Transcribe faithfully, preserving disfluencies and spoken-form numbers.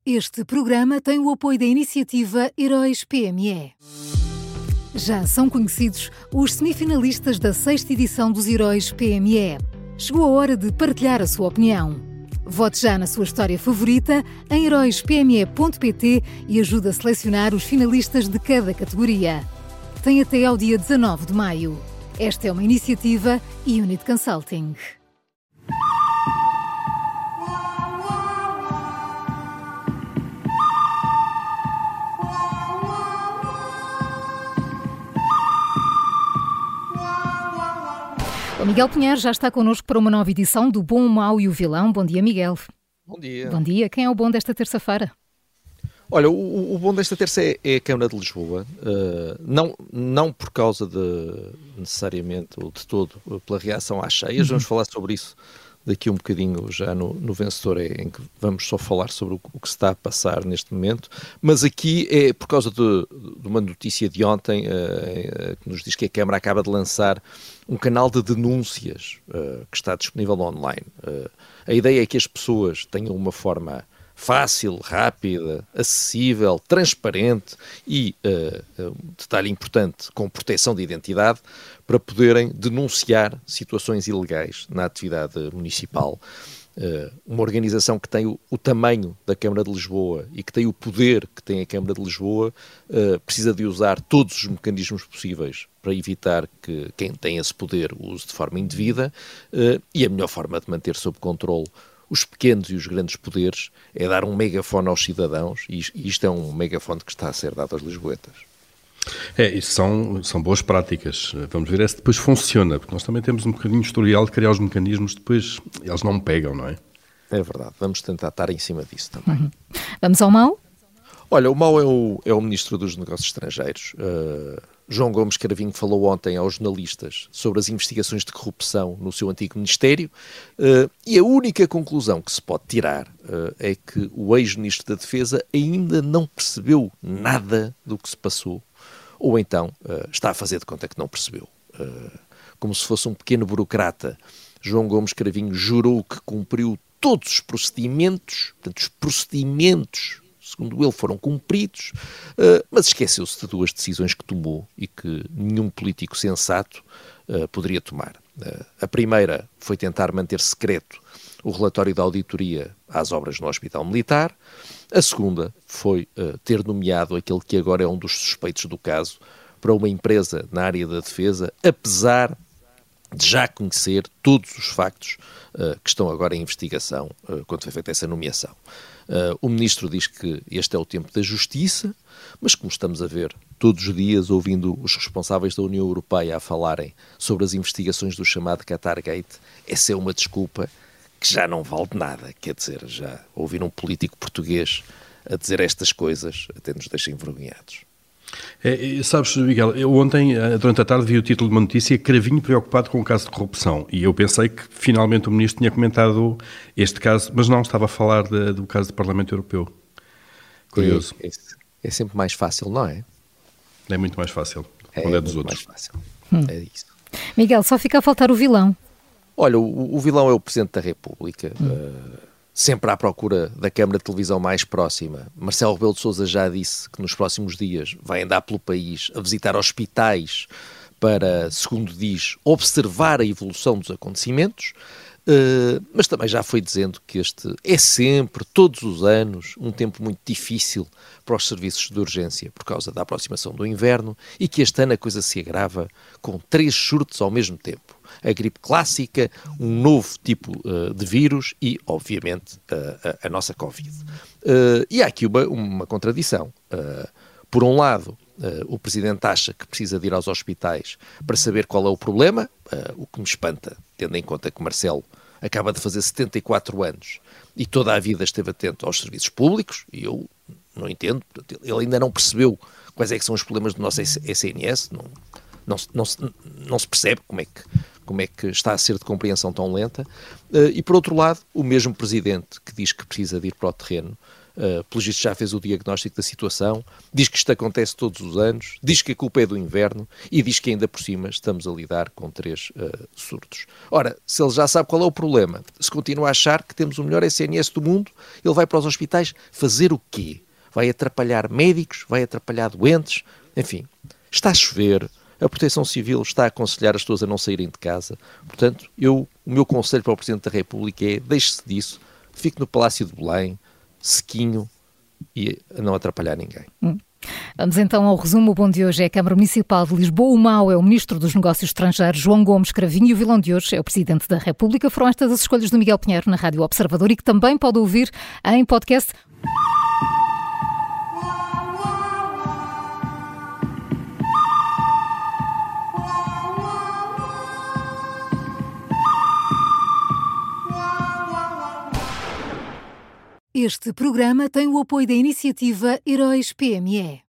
Este programa tem o apoio da iniciativa Heróis P M E. Já são conhecidos os semifinalistas da sexta edição dos Heróis P M E. Chegou a hora de partilhar a sua opinião. Vote já na sua história favorita em heróis p m e ponto p t e ajude a selecionar os finalistas de cada categoria. Tem até ao dia dezanove de maio. Esta é uma iniciativa Unit Consulting. O Miguel Pinheiro já está connosco para uma nova edição do Bom, o Mau e o Vilão. Bom dia, Miguel. Bom dia. Bom dia. Quem é o bom desta terça-feira? Olha, o, o bom desta terça é, é a Câmara de Lisboa. Uh, não, não por causa de, necessariamente, ou de todo, pela reação às cheias. Uhum. Vamos falar sobre isso daqui um bocadinho já no, no Vencedor, é, em que vamos só falar sobre o, o que se está a passar neste momento. Mas aqui é por causa de, de uma notícia de ontem, uh, uh, que nos diz que a Câmara acaba de lançar um canal de denúncias uh, que está disponível online. Uh, a ideia é que as pessoas tenham uma forma fácil, rápida, acessível, transparente e, uh, um detalhe importante, com proteção de identidade, para poderem denunciar situações ilegais na atividade municipal. Uh, uma organização que tem o, o tamanho da Câmara de Lisboa e que tem o poder que tem a Câmara de Lisboa uh, precisa de usar todos os mecanismos possíveis para evitar que quem tem esse poder o use de forma indevida, uh, e a melhor forma de manter sob controle os pequenos e os grandes poderes é dar um megafone aos cidadãos, e isto é um megafone que está a ser dado aos lisboetas. É, isso são, são boas práticas. Vamos ver é se depois funciona, porque nós também temos um bocadinho de historial de criar os mecanismos, depois eles não pegam, não é? É verdade, vamos tentar estar em cima disso também. Uhum. Vamos ao mau? Olha, o mau é o, é o Ministro dos Negócios Estrangeiros. Uh, João Gomes Cravinho falou ontem aos jornalistas sobre as investigações de corrupção no seu antigo Ministério, uh, e a única conclusão que se pode tirar uh, é que o ex-Ministro da Defesa ainda não percebeu nada do que se passou, ou então uh, está a fazer de conta que não percebeu. Uh, como se fosse um pequeno burocrata, João Gomes Cravinho jurou que cumpriu todos os procedimentos, portanto, os procedimentos, segundo ele, foram cumpridos, uh, mas esqueceu-se de duas decisões que tomou e que nenhum político sensato uh, poderia tomar. Uh, a primeira foi tentar manter secreto o relatório da auditoria às obras no Hospital Militar. A segunda foi uh, ter nomeado aquele que agora é um dos suspeitos do caso para uma empresa na área da defesa, apesar de já conhecer todos os factos uh, que estão agora em investigação uh, quando foi feita essa nomeação. Uh, o Ministro diz que este é o tempo da justiça, mas como estamos a ver todos os dias, ouvindo os responsáveis da União Europeia a falarem sobre as investigações do chamado Qatargate, essa é uma desculpa que já não vale de nada. Quer dizer, já ouvir um político português a dizer estas coisas até nos deixa envergonhados. É, sabes, Miguel, eu ontem, durante a tarde, vi o título de uma notícia: Cravinho preocupado com o caso de corrupção, e eu pensei que finalmente o Ministro tinha comentado este caso, mas não, estava a falar de, do caso do Parlamento Europeu. Curioso. É, é, é sempre mais fácil, não é? É muito mais fácil, é, quando é dos muito outros. Mais fácil. Hum. É isso. Miguel, só fica a faltar o vilão. Olha, o, o vilão é o Presidente da República, hum. uh, sempre à procura da câmara de televisão mais próxima. Marcelo Rebelo de Sousa já disse que nos próximos dias vai andar pelo país a visitar hospitais para, segundo diz, observar a evolução dos acontecimentos, uh, mas também já foi dizendo que este é sempre, todos os anos, um tempo muito difícil para os serviços de urgência por causa da aproximação do inverno, e que este ano a coisa se agrava com três surtos ao mesmo tempo. A gripe clássica, um novo tipo uh, de vírus e, obviamente, uh, a, a nossa Covid. Uh, e há aqui uma, uma contradição. Uh, por um lado, uh, o Presidente acha que precisa de ir aos hospitais para saber qual é o problema, uh, o que me espanta, tendo em conta que Marcelo acaba de fazer setenta e quatro anos e toda a vida esteve atento aos serviços públicos, e eu não entendo, ele ainda não percebeu quais é que são os problemas do nosso S N S, não, não, não, não se percebe como é que como é que está a ser de compreensão tão lenta, uh, e por outro lado, o mesmo Presidente que diz que precisa de ir para o terreno, uh, pelo visto já fez o diagnóstico da situação, diz que isto acontece todos os anos, diz que a culpa é do inverno e diz que ainda por cima estamos a lidar com três uh, surtos. Ora, se ele já sabe qual é o problema, se continua a achar que temos o melhor S N S do mundo, ele vai para os hospitais fazer o quê? Vai atrapalhar médicos, vai atrapalhar doentes, enfim, está a chover, a Proteção Civil está a aconselhar as pessoas a não saírem de casa. Portanto, eu, o meu conselho para o Presidente da República é deixe-se disso, fique no Palácio de Belém, sequinho e a não atrapalhar ninguém. Hum. Vamos então ao resumo. O bom de hoje é a Câmara Municipal de Lisboa. O mau é o Ministro dos Negócios Estrangeiros, João Gomes Cravinho, e o vilão de hoje é o Presidente da República. Foram estas as escolhas do Miguel Pinheiro na Rádio Observador e que também pode ouvir em podcast. Este programa tem o apoio da iniciativa Heróis P M E.